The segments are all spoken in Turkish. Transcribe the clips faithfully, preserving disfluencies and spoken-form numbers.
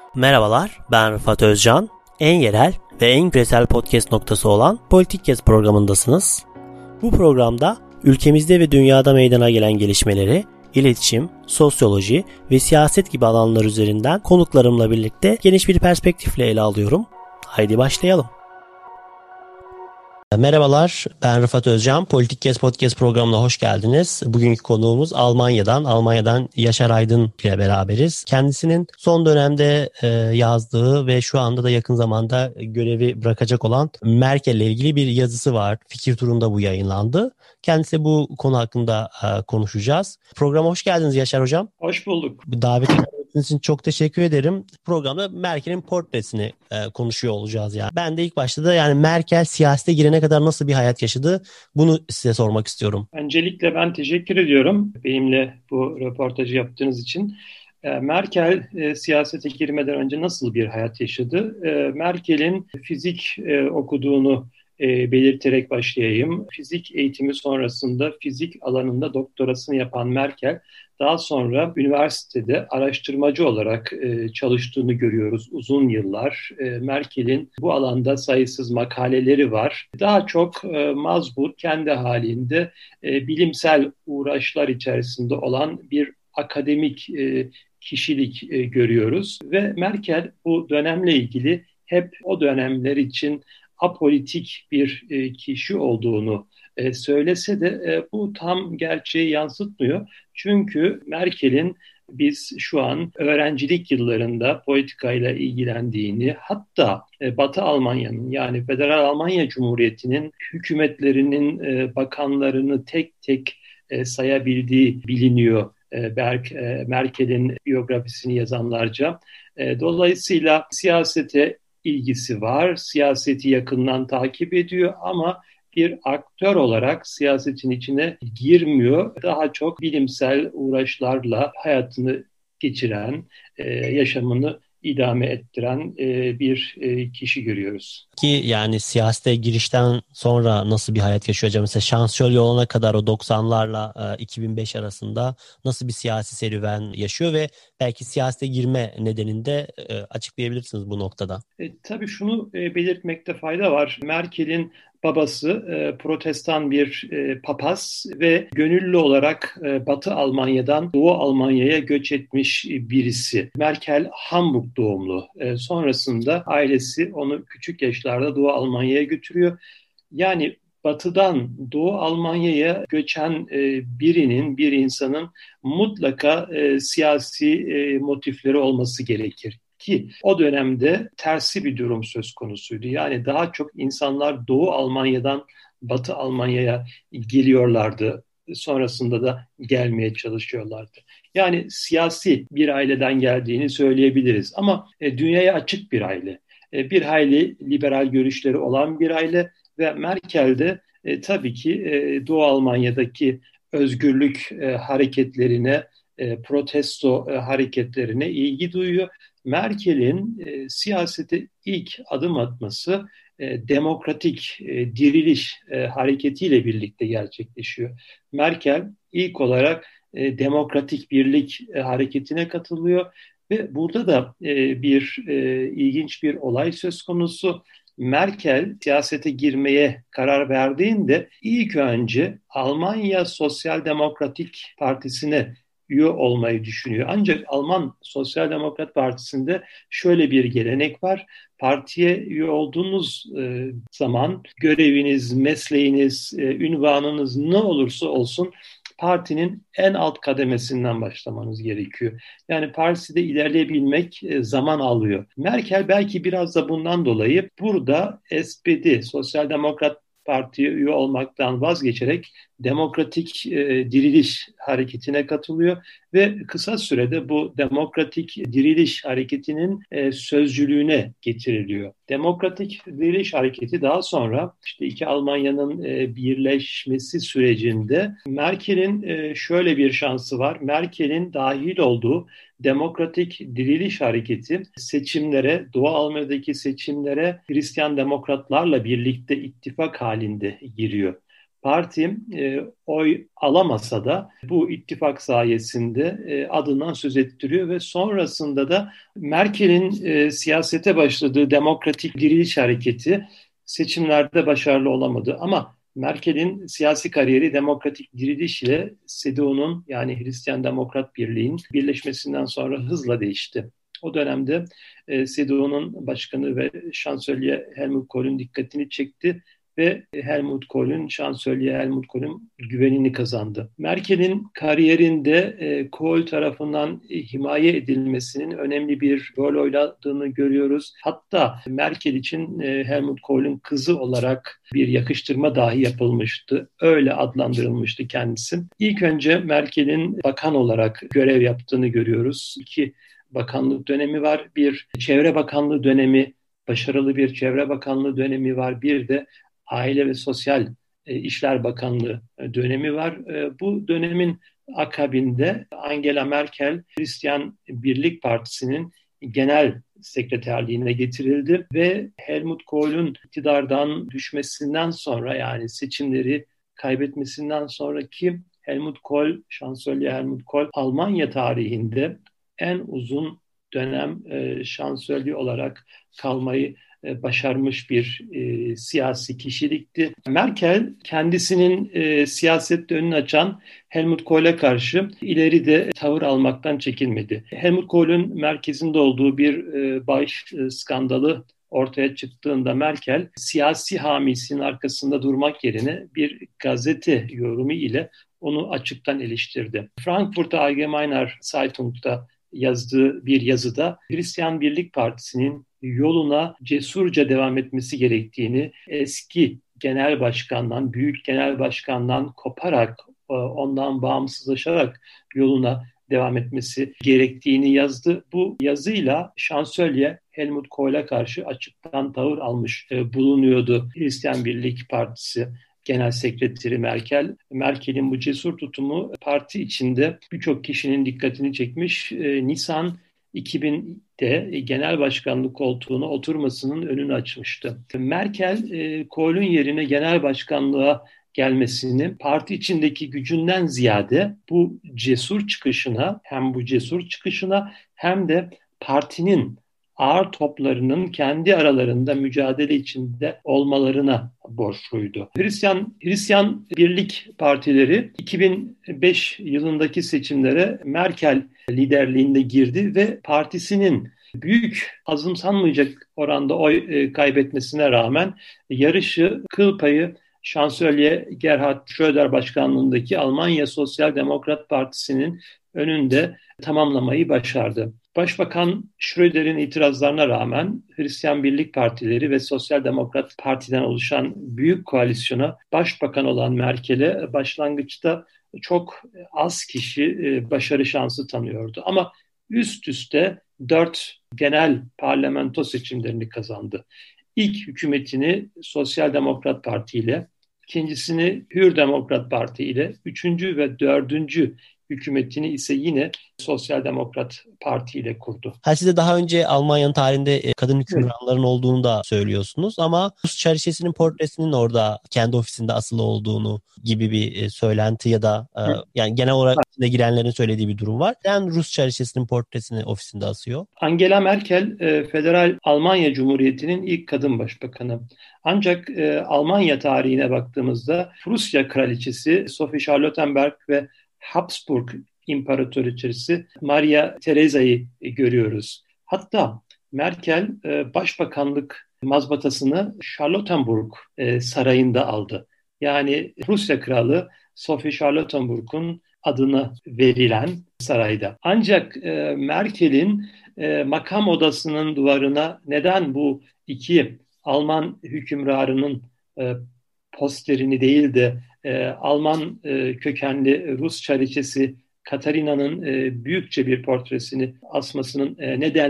Merhabalar, ben Rıfat Özcan. En yerel ve en küresel podcast noktası olan Politikcast programındasınız. Bu programda ülkemizde ve dünyada meydana gelen gelişmeleri, iletişim, sosyoloji ve siyaset gibi alanlar üzerinden konuklarımla birlikte geniş bir perspektifle ele alıyorum. Haydi başlayalım. Merhabalar, ben Rıfat Özcan. Politikcast Podcast programına hoş geldiniz. Bugünkü konuğumuz Almanya'dan, Almanya'dan Yaşar Aydın ile beraberiz. Kendisinin son dönemde e, yazdığı ve şu anda da yakın zamanda görevi bırakacak olan Merkel ile ilgili bir yazısı var. Fikir Turu'nda bu yayınlandı. Kendisi bu konu hakkında e, konuşacağız. Programa hoş geldiniz Yaşar Hocam. Hoş bulduk. Davet ettiğiniz için çok teşekkür ederim. Programda Merkel'in portresini e, konuşuyor olacağız yani. Ben de ilk başta da yani Merkel siyasete girene kadar nasıl bir hayat yaşadı? Bunu size sormak istiyorum. Öncelikle ben teşekkür ediyorum benimle bu röportajı yaptığınız için. Merkel e, siyasete girmeden önce nasıl bir hayat yaşadı? E, Merkel'in fizik e, okuduğunu e, belirterek başlayayım. Fizik eğitimi sonrasında fizik alanında doktorasını yapan Merkel, daha sonra üniversitede araştırmacı olarak e, çalıştığını görüyoruz uzun yıllar. E, Merkel'in bu alanda sayısız makaleleri var. Daha çok e, mazbut, kendi halinde e, bilimsel uğraşlar içerisinde olan bir akademik e, kişilik e, görüyoruz. Ve Merkel bu dönemle ilgili hep o dönemler için apolitik bir e, kişi olduğunu e, söylese de e, bu tam gerçeği yansıtmıyor. Çünkü Merkel'in biz şu an öğrencilik yıllarında politikayla ilgilendiğini, hatta e, Batı Almanya'nın yani Federal Almanya Cumhuriyeti'nin hükümetlerinin e, bakanlarını tek tek e, sayabildiği biliniyor. Berk, Merkel'in biyografisini yazanlarca. Dolayısıyla siyasete ilgisi var, siyaseti yakından takip ediyor ama bir aktör olarak siyasetin içine girmiyor. Daha çok bilimsel uğraşlarla hayatını geçiren, yaşamını idame ettiren bir kişi görüyoruz. Ki yani siyasete girişten sonra nasıl bir hayat yaşıyor acaba? Mesela şansölye olana kadar o doksanlarla iki bin beş arasında nasıl bir siyasi serüven yaşıyor ve belki siyasete girme nedenini de açıklayabilirsiniz bu noktada. E, tabii şunu e, belirtmekte fayda var. Merkel'in babası e, protestan bir e, papaz ve gönüllü olarak e, Batı Almanya'dan Doğu Almanya'ya göç etmiş birisi. Merkel Hamburg doğumlu. E, sonrasında ailesi onu küçük yaşlarda Doğu Almanya'ya götürüyor. Yani Batı'dan Doğu Almanya'ya göçen e, birinin, bir insanın mutlaka e, siyasi e, motifleri olması gerekir. Ki o dönemde tersi bir durum söz konusuydu. Yani daha çok insanlar Doğu Almanya'dan Batı Almanya'ya geliyorlardı. Sonrasında da gelmeye çalışıyorlardı. Yani siyasi bir aileden geldiğini söyleyebiliriz. Ama e, dünyaya açık bir aile. E, bir hayli liberal görüşleri olan bir aile ve Merkel de e, tabii ki e, Doğu Almanya'daki özgürlük e, hareketlerine, e, protesto e, hareketlerine ilgi duyuyor. Merkel'in e, siyasete ilk adım atması e, demokratik e, diriliş e, hareketiyle birlikte gerçekleşiyor. Merkel ilk olarak e, demokratik birlik e, hareketine katılıyor ve burada da e, bir e, ilginç bir olay söz konusu. Merkel siyasete girmeye karar verdiğinde ilk önce Almanya Sosyal Demokratik Partisi'ne üye olmayı düşünüyor. Ancak Alman Sosyal Demokrat Partisi'nde şöyle bir gelenek var. Partiye üye olduğunuz e, zaman göreviniz, mesleğiniz, e, ünvanınız ne olursa olsun partinin en alt kademesinden başlamanız gerekiyor. Yani partide ilerleyebilmek e, zaman alıyor. Merkel belki biraz da bundan dolayı burada S P D, Sosyal Demokrat Parti'ye üye olmaktan vazgeçerek demokratik e, diriliş hareketine katılıyor ve kısa sürede bu demokratik diriliş hareketinin e, sözcülüğüne getiriliyor. Demokratik diriliş hareketi daha sonra işte iki Almanya'nın e, birleşmesi sürecinde Merkel'in e, şöyle bir şansı var. Merkel'in dahil olduğu Demokratik Diriliş Hareketi seçimlere, Doğu Almanya'daki seçimlere Hristiyan demokratlarla birlikte ittifak halinde giriyor. parti e, oy alamasa da bu ittifak sayesinde e, adından söz ettiriyor ve sonrasında da Merkel'in e, siyasete başladığı Demokratik Diriliş Hareketi seçimlerde başarılı olamadı. Ama Merkel'in siyasi kariyeri Demokratik Diriliş ile C D U'nun yani Hristiyan Demokrat Birliği'nin birleşmesinden sonra hızla değişti. O dönemde e, C D U'nun başkanı ve şansölye Helmut Kohl'ün dikkatini çekti ve Helmut Kohl'ün, şansölye Helmut Kohl'ün güvenini kazandı. Merkel'in kariyerinde e, Kohl tarafından e, himaye edilmesinin önemli bir rol oynadığını görüyoruz. Hatta Merkel için e, Helmut Kohl'ün kızı olarak bir yakıştırma dahi yapılmıştı. Öyle adlandırılmıştı kendisi. İlk önce Merkel'in bakan olarak görev yaptığını görüyoruz. İki bakanlık dönemi var. Bir Çevre Bakanlığı dönemi, başarılı bir Çevre Bakanlığı dönemi var. Bir de Aile ve Sosyal İşler Bakanlığı dönemi var. Bu dönemin akabinde Angela Merkel, Hristiyan Birlik Partisi'nin genel sekreterliğine getirildi ve Helmut Kohl'ün iktidardan düşmesinden sonra yani seçimleri kaybetmesinden sonraki Helmut Kohl, şansölye Helmut Kohl Almanya tarihinde en uzun dönem e, şansölye olarak kalmayı e, başarmış bir e, siyasi kişilikti. Merkel kendisinin e, siyasette önünü açan Helmut Kohl'e karşı ileride tavır almaktan çekinmedi. Helmut Kohl'ün merkezinde olduğu bir e, bahis e, skandalı ortaya çıktığında Merkel siyasi hamisinin arkasında durmak yerine bir gazete yorumu ile onu açıktan eleştirdi. Frankfurter Allgemeiner Zeitung'da yazdığı bir yazıda Hristiyan Birlik Partisi'nin yoluna cesurca devam etmesi gerektiğini, eski genel başkandan, büyük genel başkandan koparak, ondan bağımsızlaşarak yoluna devam etmesi gerektiğini yazdı. Bu yazıyla şansölye Helmut Kohl'e karşı açıktan tavır almış bulunuyordu Hristiyan Birlik Partisi Genel Sekreteri Merkel. Merkel'in bu cesur tutumu parti içinde birçok kişinin dikkatini çekmiş. E, Nisan iki binde genel başkanlık koltuğuna oturmasının önünü açmıştı. Merkel, e, Kohl'ün yerine genel başkanlığa gelmesini parti içindeki gücünden ziyade bu cesur çıkışına hem bu cesur çıkışına hem de partinin ağır toplarının kendi aralarında mücadele içinde olmalarına borçluydu. Hristiyan Hristiyan Birlik Partileri iki bin beş yılındaki seçimlere Merkel liderliğinde girdi ve partisinin büyük azımsanmayacak oranda oy kaybetmesine rağmen yarışı kıl payı şansölye Gerhard Schröder başkanlığındaki Almanya Sosyal Demokrat Partisi'nin önünde tamamlamayı başardı. Başbakan Schröder'in itirazlarına rağmen Hristiyan Birlik Partileri ve Sosyal Demokrat Parti'den oluşan büyük koalisyona başbakan olan Merkel'e başlangıçta çok az kişi başarı şansı tanıyordu. Ama üst üste dört genel parlamento seçimlerini kazandı. İlk hükümetini Sosyal Demokrat Parti ile, ikincisini Hür Demokrat Parti ile, üçüncü ve dördüncü hükümetini ise yine Sosyal Demokrat Parti ile kurdu. Ha, siz de daha önce Almanya'nın tarihinde kadın hükümranların evet. olduğunu da söylüyorsunuz ama Rus Çariçesi'nin portresinin orada kendi ofisinde asılı olduğunu gibi bir söylenti ya da evet. yani genel olarak içine girenlerin söylediği bir durum var. Neden Rus Çariçesi'nin portresini ofisinde asıyor? Angela Merkel Federal Almanya Cumhuriyeti'nin ilk kadın başbakanı. Ancak Almanya tarihine baktığımızda Prusya Kraliçesi Sophie Charlottenberg ve Habsburg İmparatoriçesi Maria Theresa'yı görüyoruz. Hatta Merkel başbakanlık mazbatasını Charlottenburg sarayında aldı. Yani Rusya Kralı Sophie Charlottenburg'un adına verilen sarayda. Ancak Merkel'in makam odasının duvarına neden bu iki Alman hükümdarının posterini değil de e, Alman e, kökenli Rus çariçesi Katarina'nın e, büyükçe bir portresini asmasının e, nedenleri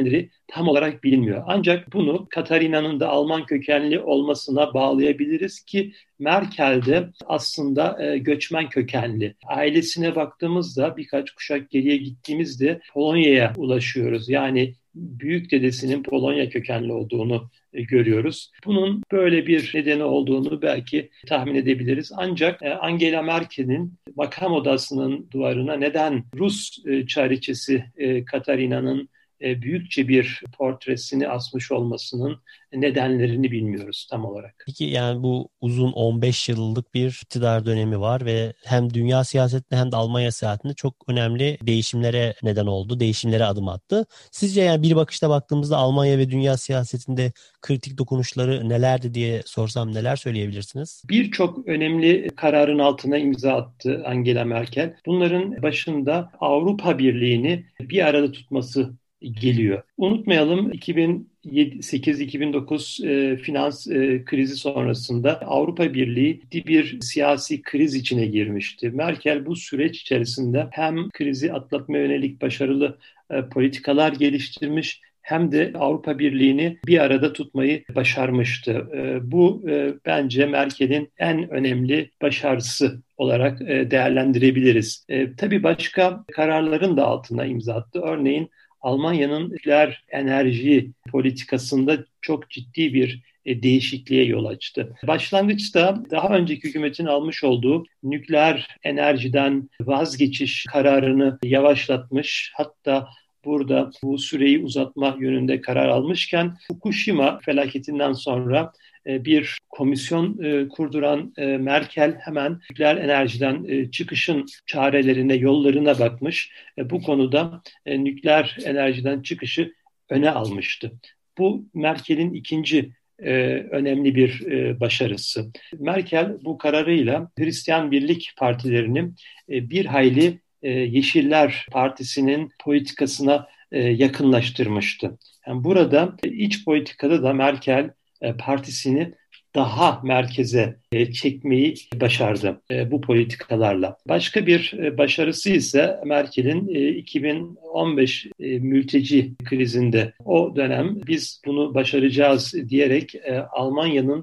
tam olarak bilinmiyor. Ancak bunu Katarina'nın da Alman kökenli olmasına bağlayabiliriz ki Merkel de aslında e, göçmen kökenli. Ailesine baktığımızda birkaç kuşak geriye gittiğimizde Polonya'ya ulaşıyoruz. Yani büyük dedesinin Polonya kökenli olduğunu e, görüyoruz. Bunun böyle bir nedeni olduğunu belki tahmin edebiliriz. Ancak e, Angela Merkel'in makam odasının duvarına neden Rus e, çariçesi e, Katarina'nın e, büyükçe bir portresini asmış olmasının nedenlerini bilmiyoruz tam olarak. Peki yani bu uzun on beş yıllık bir iktidar dönemi var ve hem dünya siyasetinde hem de Almanya siyasetinde çok önemli değişimlere neden oldu, değişimlere adım attı. Sizce yani bir bakışta baktığımızda Almanya ve dünya siyasetinde kritik dokunuşları nelerdi diye sorsam neler söyleyebilirsiniz? Birçok önemli kararın altına imza attı Angela Merkel. Bunların başında Avrupa Birliği'ni bir arada tutması geliyor. Unutmayalım iki bin sekiz iki bin dokuz e, finans e, krizi sonrasında Avrupa Birliği bir siyasi kriz içine girmişti. Merkel bu süreç içerisinde hem krizi atlatmaya yönelik başarılı e, politikalar geliştirmiş hem de Avrupa Birliği'ni bir arada tutmayı başarmıştı. E, bu e, bence Merkel'in en önemli başarısı olarak e, değerlendirebiliriz. E, tabii başka kararların da altına imza attı. Örneğin Almanya'nın nükleer enerji politikasında çok ciddi bir e, değişikliğe yol açtı. Başlangıçta daha önceki hükümetin almış olduğu nükleer enerjiden vazgeçiş kararını yavaşlatmış, hatta burada bu süreyi uzatma yönünde karar almışken Fukushima felaketinden sonra bir komisyon kurduran Merkel hemen nükleer enerjiden çıkışın çarelerine, yollarına bakmış. Bu konuda nükleer enerjiden çıkışı öne almıştı. Bu Merkel'in ikinci önemli bir başarısı. Merkel bu kararıyla Hristiyan Birlik Partilerini bir hayli Yeşiller Partisi'nin politikasına yakınlaştırmıştı. Yani burada iç politikada da Merkel partisini daha merkeze çekmeyi başardı bu politikalarla. Başka bir başarısı ise Merkel'in iki bin on beş mülteci krizinde, o dönem biz bunu başaracağız diyerek Almanya'nın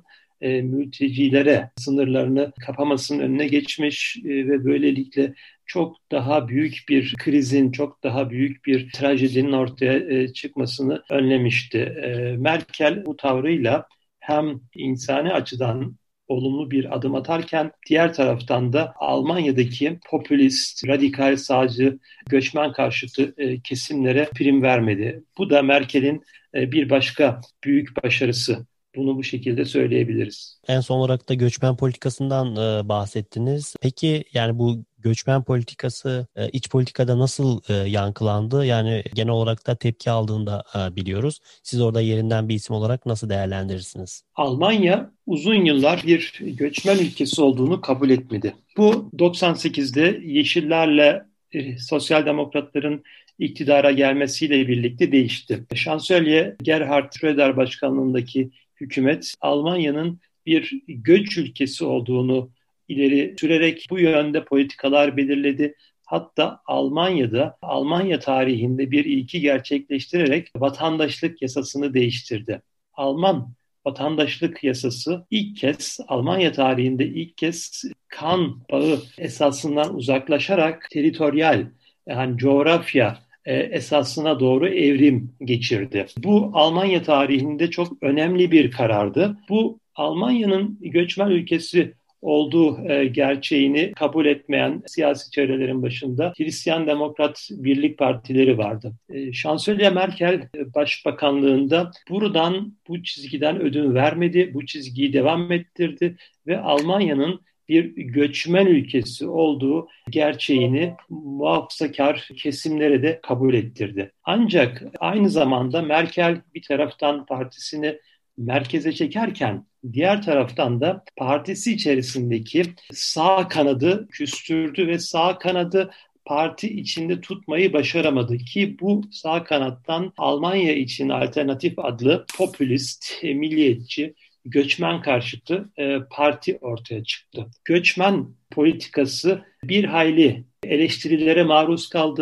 mültecilere sınırlarını kapamasının önüne geçmiş ve böylelikle çok daha büyük bir krizin, çok daha büyük bir trajedinin ortaya çıkmasını önlemişti. Merkel bu tavrıyla hem insani açıdan olumlu bir adım atarken diğer taraftan da Almanya'daki popülist, radikal sağcı, göçmen karşıtı kesimlere prim vermedi. Bu da Merkel'in bir başka büyük başarısı. Bunu bu şekilde söyleyebiliriz. En son olarak da göçmen politikasından e, bahsettiniz. Peki yani bu göçmen politikası e, iç politikada nasıl e, yankılandı? Yani genel olarak da tepki aldığını da e, biliyoruz. Siz orada yerinden bir isim olarak nasıl değerlendirirsiniz? Almanya uzun yıllar bir göçmen ülkesi olduğunu kabul etmedi. Bu doksan sekizde Yeşillerle e, Sosyal Demokratların iktidara gelmesiyle birlikte değişti. Şansölye Gerhard Schröder başkanlığındaki hükümet Almanya'nın bir göç ülkesi olduğunu ileri sürerek bu yönde politikalar belirledi. Hatta Almanya'da Almanya tarihinde bir ilki gerçekleştirerek vatandaşlık yasasını değiştirdi. Alman vatandaşlık yasası ilk kez Almanya tarihinde ilk kez kan bağı esasından uzaklaşarak teritoryal, yani coğrafya esasına doğru evrim geçirdi. Bu Almanya tarihinde çok önemli bir karardı. Bu Almanya'nın göçmen ülkesi olduğu gerçeğini kabul etmeyen siyasi çevrelerin başında Hristiyan Demokrat Birlik Partileri vardı. Şansölye Merkel başbakanlığında buradan, bu çizgiden ödün vermedi, bu çizgiyi devam ettirdi ve Almanya'nın bir göçmen ülkesi olduğu gerçeğini muhafazakar kesimlere de kabul ettirdi. Ancak aynı zamanda Merkel bir taraftan partisini merkeze çekerken diğer taraftan da partisi içerisindeki sağ kanadı küstürdü ve sağ kanadı parti içinde tutmayı başaramadı ki bu sağ kanattan Almanya için Alternatif adlı popülist, milliyetçi, göçmen karşıtı e, parti ortaya çıktı. Göçmen politikası bir hayli eleştirilere maruz kaldı.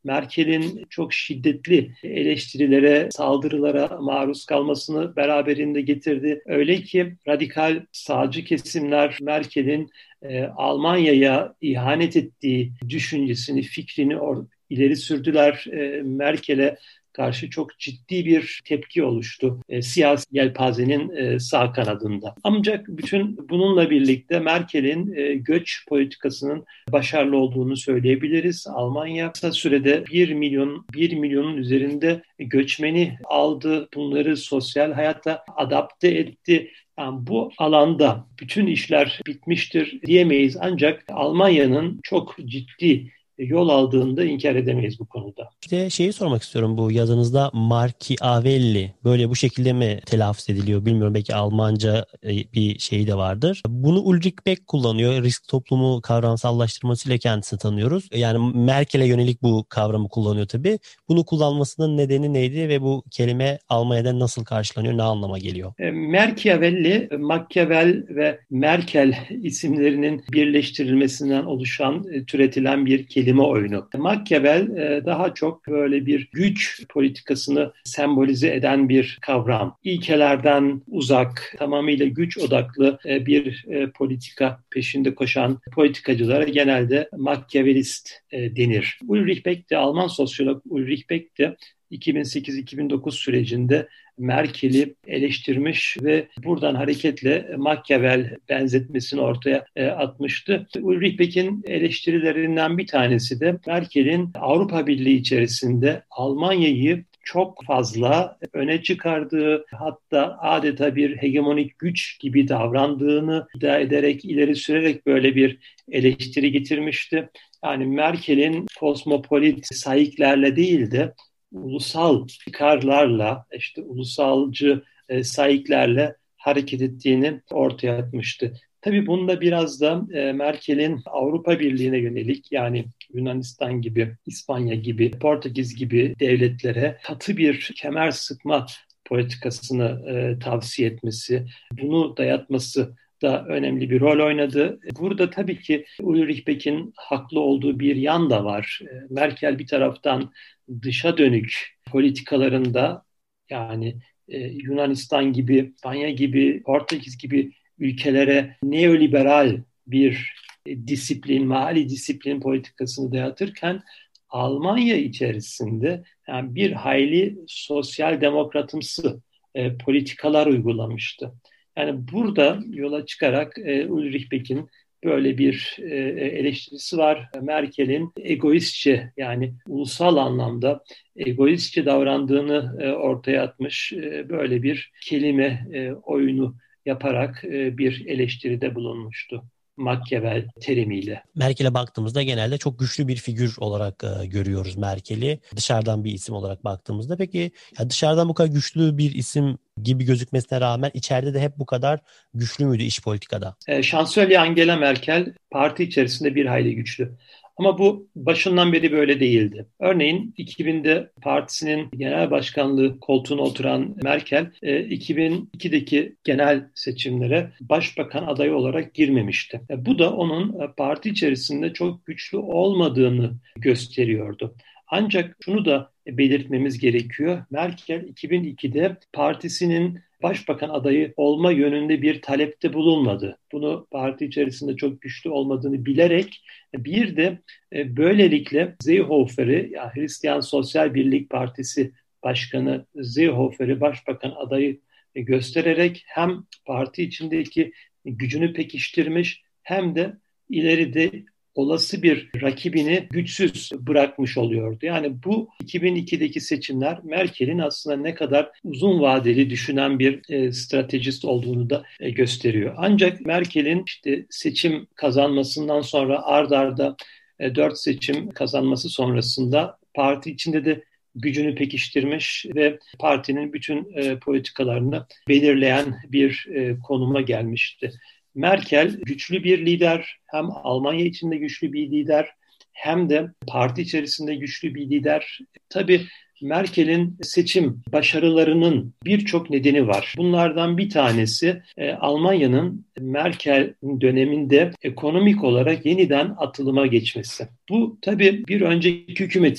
Merkel'in çok şiddetli eleştirilere, saldırılara maruz kalmasını beraberinde getirdi. Öyle ki radikal sağcı kesimler Merkel'in e, Almanya'ya ihanet ettiği düşüncesini, fikrini or- ileri sürdüler. E, Merkel'e karşı çok ciddi bir tepki oluştu e, siyasi yelpazenin e, sağ kanadında. Ancak bütün bununla birlikte Merkel'in e, göç politikasının başarılı olduğunu söyleyebiliriz. Almanya kısa sürede bir milyon, bir milyonun üzerinde göçmeni aldı. Bunları sosyal hayata adapte etti. Yani bu alanda bütün işler bitmiştir diyemeyiz, ancak Almanya'nın çok ciddi yol aldığını da inkar edemeyiz bu konuda. İşte şeyi sormak istiyorum, bu yazınızda Machiavelli böyle bu şekilde mi telaffuz ediliyor bilmiyorum, belki Almanca bir şey de vardır. Bunu Ulrich Beck kullanıyor. Risk toplumu kavramsallaştırmasıyla kendisini tanıyoruz. Yani Merkel'e yönelik bu kavramı kullanıyor tabii. Bunu kullanmasının nedeni neydi ve bu kelime Almanya'da nasıl karşılanıyor, ne anlama geliyor? E, Machiavelli, Machiavel ve Merkel isimlerinin birleştirilmesinden oluşan, e, türetilen bir kelime oyunu. Machiavel e, daha çok böyle bir güç politikasını sembolize eden bir kavram. İlkelerden uzak, tamamıyla güç odaklı e, bir e, politika peşinde koşan politikacılara genelde Machiavellist e, denir. Ulrich Beck de, Alman sosyolog Ulrich Beck de iki bin sekiz iki bin dokuz sürecinde Merkel'i eleştirmiş ve buradan hareketle Machiavel benzetmesini ortaya e, atmıştı. Ulrich Beck'in eleştirilerinden bir tanesi de Merkel'in Avrupa Birliği içerisinde Almanya'yı çok fazla öne çıkardığı, hatta adeta bir hegemonik güç gibi davrandığını iddia ederek, ileri sürerek böyle bir eleştiri getirmişti. Yani Merkel'in kozmopolit saiklerle değil de ulusal çıkarlarla, işte ulusalcı e, saiklerle hareket ettiğini ortaya atmıştı. Tabii bunda biraz da e, Merkel'in Avrupa Birliği'ne yönelik, yani Yunanistan gibi, İspanya gibi, Portekiz gibi devletlere katı bir kemer sıkma politikasını e, tavsiye etmesi, bunu dayatması da önemli bir rol oynadı. Burada tabii ki Ulrich Beck'in haklı olduğu bir yan da var. Merkel bir taraftan dışa dönük politikalarında, yani e, Yunanistan gibi, İspanya gibi, Portekiz gibi ülkelere neoliberal bir e, disiplin, mali disiplin politikasını dayatırken Almanya içerisinde yani bir hayli sosyal demokratımsı e, politikalar uygulamıştı. Yani burada yola çıkarak e, Ulrich Beck'in böyle bir e, eleştirisi var. Merkel'in egoistçe, yani ulusal anlamda egoistçe davrandığını e, ortaya atmış. E, böyle bir kelime e, oyunu yaparak e, bir eleştiride bulunmuştu. Machiavel terimiyle. Merkel'e baktığımızda genelde çok güçlü bir figür olarak e, görüyoruz Merkel'i. Dışarıdan bir isim olarak baktığımızda. Peki ya dışarıdan bu kadar güçlü bir isim gibi gözükmesine rağmen içeride de hep bu kadar güçlü müydü iç politikada? E, Şansölye Angela Merkel parti içerisinde bir hayli güçlü. Ama bu başından beri böyle değildi. Örneğin iki binde partisinin genel başkanlığı koltuğuna oturan Merkel, iki bin ikideki genel seçimlere başbakan adayı olarak girmemişti. Bu da onun parti içerisinde çok güçlü olmadığını gösteriyordu. Ancak şunu da belirtmemiz gerekiyor. Merkel iki bin ikide partisinin başbakan adayı olma yönünde bir talepte bulunmadı. Bunu parti içerisinde çok güçlü olmadığını bilerek, bir de böylelikle Seehofer'i, yani Hristiyan Sosyal Birlik Partisi Başkanı Seehofer'i başbakan adayı göstererek hem parti içindeki gücünü pekiştirmiş, hem de ileride olası bir rakibini güçsüz bırakmış oluyordu. Yani bu iki bin ikideki seçimler Merkel'in aslında ne kadar uzun vadeli düşünen bir e, stratejist olduğunu da e, gösteriyor. Ancak Merkel'in işte seçim kazanmasından sonra ard arda e, dört seçim kazanması sonrasında parti içinde de gücünü pekiştirmiş ve partinin bütün e, politikalarını belirleyen bir e, konuma gelmişti. Merkel güçlü bir lider, hem Almanya içinde güçlü bir lider, hem de parti içerisinde güçlü bir lider. Tabii Merkel'in seçim başarılarının birçok nedeni var. Bunlardan bir tanesi e, Almanya'nın Merkel döneminde ekonomik olarak yeniden atılıma geçmesi. Bu tabii bir önceki hükümetin,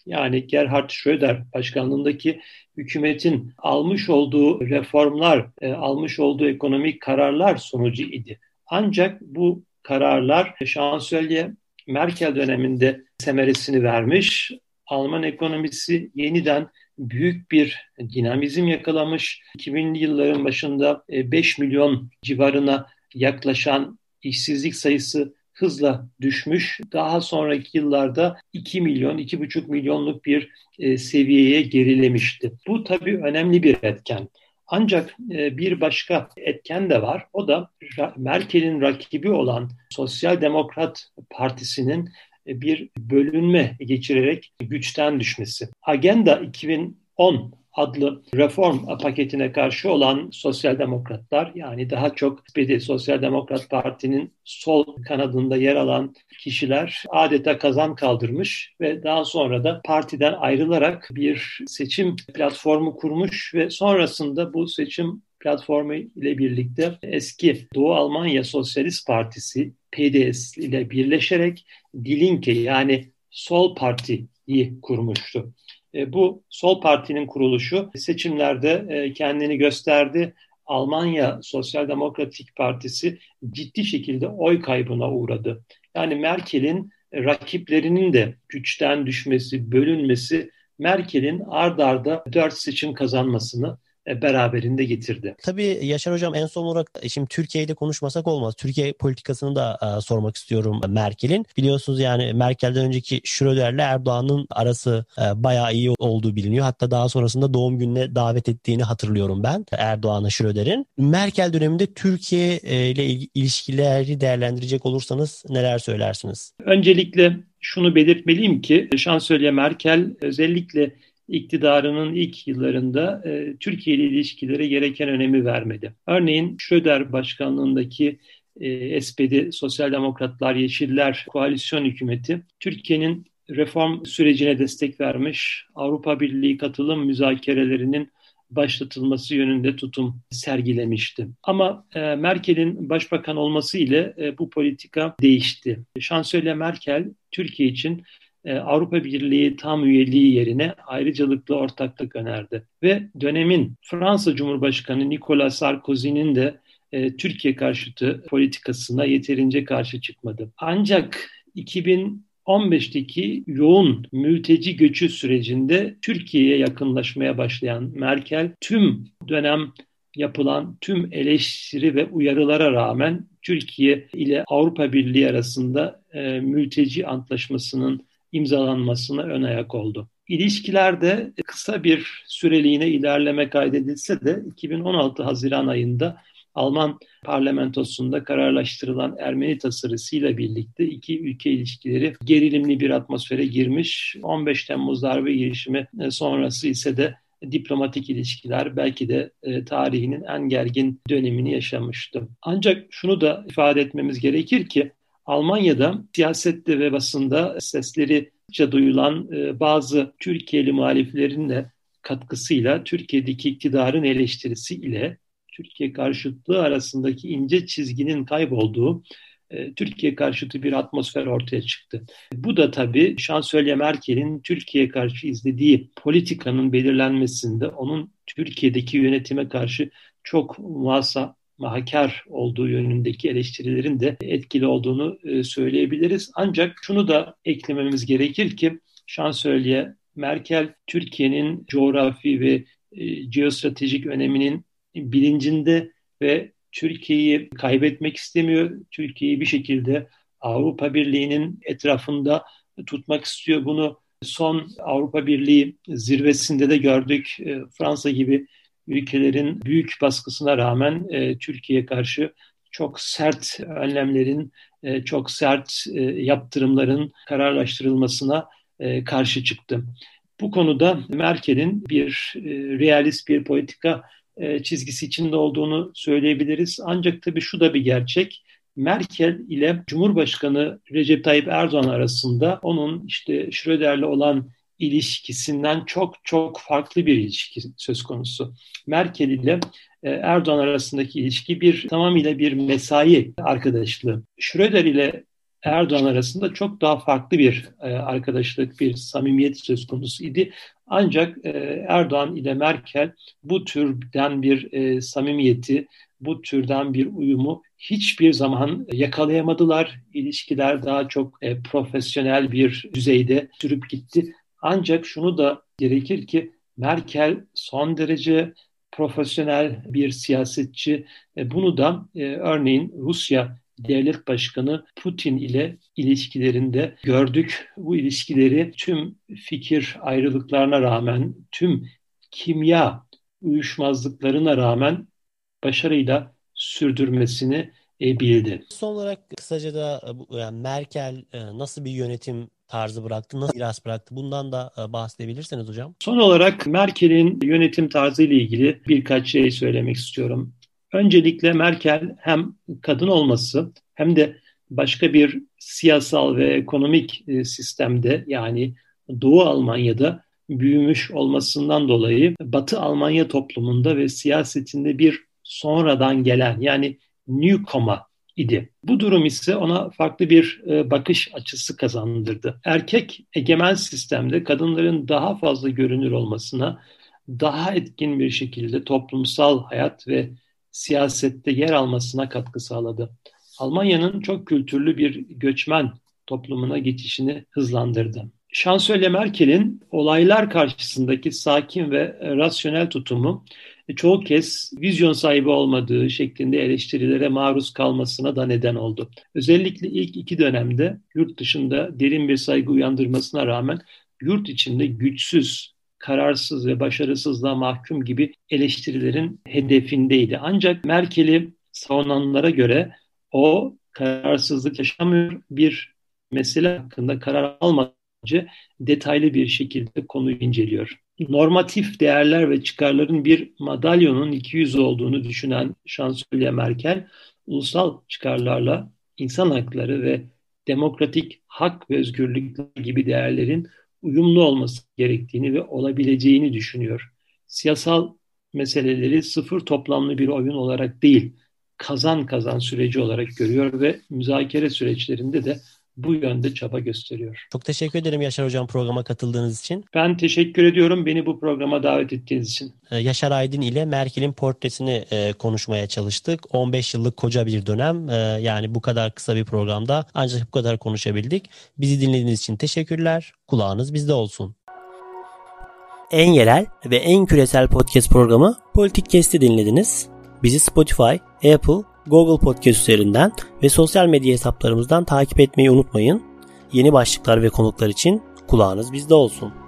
yani Gerhard Schröder başkanlığındaki hükümetin almış olduğu reformlar, e, almış olduğu ekonomik kararlar sonucu idi. Ancak bu kararlar Şansölye Merkel döneminde semeresini vermiş. Alman ekonomisi yeniden büyük bir dinamizm yakalamış. iki binli yılların başında beş milyon civarına yaklaşan işsizlik sayısı hızla düşmüş. Daha sonraki yıllarda iki milyon, iki buçuk milyonluk bir seviyeye gerilemişti. Bu tabii önemli bir etken. Ancak bir başka etken de var. O da Merkel'in rakibi olan Sosyal Demokrat Partisi'nin bir bölünme geçirerek güçten düşmesi. Agenda iki bin on adlı reform paketine karşı olan sosyal demokratlar, yani daha çok Sosyal Demokrat Parti'nin sol kanadında yer alan kişiler adeta kazan kaldırmış ve daha sonra da partiden ayrılarak bir seçim platformu kurmuş ve sonrasında bu seçim platformu ile birlikte eski Doğu Almanya Sosyalist Partisi P D S ile birleşerek Die Linke, yani Sol Parti'yi kurmuştu. Bu Sol Parti'nin kuruluşu seçimlerde kendini gösterdi. Almanya Sosyal Demokratik Partisi ciddi şekilde oy kaybına uğradı. Yani Merkel'in rakiplerinin de güçten düşmesi, bölünmesi Merkel'in ard arda dört seçim kazanmasını beraberinde getirdi. Tabii Yaşar Hocam, en son olarak şimdi Türkiye'de konuşmasak olmaz. Türkiye politikasını da e, sormak istiyorum Merkel'in. Biliyorsunuz yani Merkel'den önceki Schröder'le Erdoğan'ın arası e, bayağı iyi olduğu biliniyor. Hatta daha sonrasında doğum gününe davet ettiğini hatırlıyorum ben Erdoğan'a Schröder'in. Merkel döneminde Türkiye e, ile ilişkileri değerlendirecek olursanız neler söylersiniz? Öncelikle şunu belirtmeliyim ki Şansölye Merkel özellikle iktidarının ilk yıllarında e, Türkiye ile ilişkilere gereken önemi vermedi. Örneğin Schröder başkanlığındaki e, S P D, Sosyal Demokratlar, Yeşiller koalisyon hükümeti Türkiye'nin reform sürecine destek vermiş, Avrupa Birliği katılım müzakerelerinin başlatılması yönünde tutum sergilemişti. Ama e, Merkel'in başbakan olması ile e, bu politika değişti. Şansölye Merkel Türkiye için Avrupa Birliği tam üyeliği yerine ayrıcalıklı ortaklık önerdi. Ve dönemin Fransa Cumhurbaşkanı Nicolas Sarkozy'nin de e, Türkiye karşıtı politikasına yeterince karşı çıkmadı. Ancak iki bin on beşteki yoğun mülteci göçü sürecinde Türkiye'ye yakınlaşmaya başlayan Merkel tüm dönem yapılan tüm eleştiri ve uyarılara rağmen Türkiye ile Avrupa Birliği arasında e, mülteci antlaşmasının imzalanmasına ön ayak oldu. İlişkilerde kısa bir süreliğine ilerleme kaydedilse de iki bin on altı Haziran ayında Alman parlamentosunda kararlaştırılan Ermeni tasarısıyla birlikte iki ülke ilişkileri gerilimli bir atmosfere girmiş. on beş Temmuz darbe girişimi sonrası ise de diplomatik ilişkiler belki de e, tarihinin en gergin dönemini yaşamıştı. Ancak şunu da ifade etmemiz gerekir ki Almanya'da siyasette ve basında sesleri duyulan e, bazı Türkiye'li muhaliflerin de katkısıyla Türkiye'deki iktidarın eleştirisi ile Türkiye karşıtlığı arasındaki ince çizginin kaybolduğu e, Türkiye karşıtı bir atmosfer ortaya çıktı. Bu da tabii Şansölye Merkel'in Türkiye'ye karşı izlediği politikanın belirlenmesinde onun Türkiye'deki yönetime karşı çok muhasa mahkar olduğu yönündeki eleştirilerin de etkili olduğunu söyleyebiliriz. Ancak şunu da eklememiz gerekir ki Şansölye Merkel Türkiye'nin coğrafi ve e, jeostratejik öneminin bilincinde ve Türkiye'yi kaybetmek istemiyor. Türkiye'yi bir şekilde Avrupa Birliği'nin etrafında tutmak istiyor. Bunu son Avrupa Birliği zirvesinde de gördük. E, Fransa gibi ülkelerin büyük baskısına rağmen e, Türkiye'ye karşı çok sert önlemlerin, e, çok sert e, yaptırımların kararlaştırılmasına e, karşı çıktı. Bu konuda Merkel'in bir e, realist bir politika e, çizgisi içinde olduğunu söyleyebiliriz. Ancak tabii şu da bir gerçek. Merkel ile Cumhurbaşkanı Recep Tayyip Erdoğan arasında onun işte Schröder'le olan ilişkisinden çok çok farklı bir ilişki söz konusu. Merkel ile Erdoğan arasındaki ilişki bir tamamıyla bir mesai arkadaşlığı. Schröder ile Erdoğan arasında çok daha farklı bir e, arkadaşlık, bir samimiyet söz konusu idi. Ancak e, Erdoğan ile Merkel bu türden bir e, samimiyeti, bu türden bir uyumu hiçbir zaman yakalayamadılar. İlişkiler daha çok e, profesyonel bir düzeyde sürüp gitti. Ancak şunu da gerekir ki Merkel son derece profesyonel bir siyasetçi. E, bunu da e, örneğin Rusya Devlet Başkanı Putin ile ilişkilerinde gördük. Bu ilişkileri tüm fikir ayrılıklarına rağmen, tüm kimya uyuşmazlıklarına rağmen başarıyla sürdürmesini e, bildi. Son olarak kısaca da yani Merkel nasıl bir yönetim tarzı bıraktı, nasıl miras bıraktı? Bundan da bahsedebilirseniz hocam. Son olarak Merkel'in yönetim tarzı ile ilgili birkaç şey söylemek istiyorum. Öncelikle Merkel hem kadın olması hem de başka bir siyasal ve ekonomik sistemde, yani Doğu Almanya'da büyümüş olmasından dolayı Batı Almanya toplumunda ve siyasetinde bir sonradan gelen, yani newcomer idi. Bu durum ise ona farklı bir bakış açısı kazandırdı. Erkek egemen sistemde kadınların daha fazla görünür olmasına, daha etkin bir şekilde toplumsal hayat ve siyasette yer almasına katkı sağladı. Almanya'nın çok kültürlü bir göçmen toplumuna geçişini hızlandırdı. Şansölye Merkel'in olaylar karşısındaki sakin ve rasyonel tutumu çoğu kez vizyon sahibi olmadığı şeklinde eleştirilere maruz kalmasına da neden oldu. Özellikle ilk iki dönemde yurt dışında derin bir saygı uyandırmasına rağmen yurt içinde güçsüz, kararsız ve başarısızlığa mahkum gibi eleştirilerin hedefindeydi. Ancak Merkel'i savunanlara göre o kararsızlık yaşamıyor, bir mesele hakkında karar almadan önce detaylı bir şekilde konuyu inceliyor. Normatif değerler ve çıkarların bir madalyonun iki yüzü olduğunu düşünen Şansölye Merkel, ulusal çıkarlarla insan hakları ve demokratik hak ve özgürlükler gibi değerlerin uyumlu olması gerektiğini ve olabileceğini düşünüyor. Siyasal meseleleri sıfır toplamlı bir oyun olarak değil, kazan kazan süreci olarak görüyor ve müzakere süreçlerinde de bu yönde çaba gösteriyor. Çok teşekkür ederim Yaşar Hocam programa katıldığınız için. Ben teşekkür ediyorum beni bu programa davet ettiğiniz için. Yaşar Aydın ile Merkel'in portresini e, konuşmaya çalıştık. on beş yıllık koca bir dönem. E, yani bu kadar kısa bir programda ancak bu kadar konuşabildik. Bizi dinlediğiniz için teşekkürler. Kulağınız bizde olsun. En yerel ve en küresel podcast programı Politikcast'i dinlediniz. Bizi Spotify, Apple, Google Podcast üzerinden ve sosyal medya hesaplarımızdan takip etmeyi unutmayın. Yeni başlıklar ve konuklar için kulağınız bizde olsun.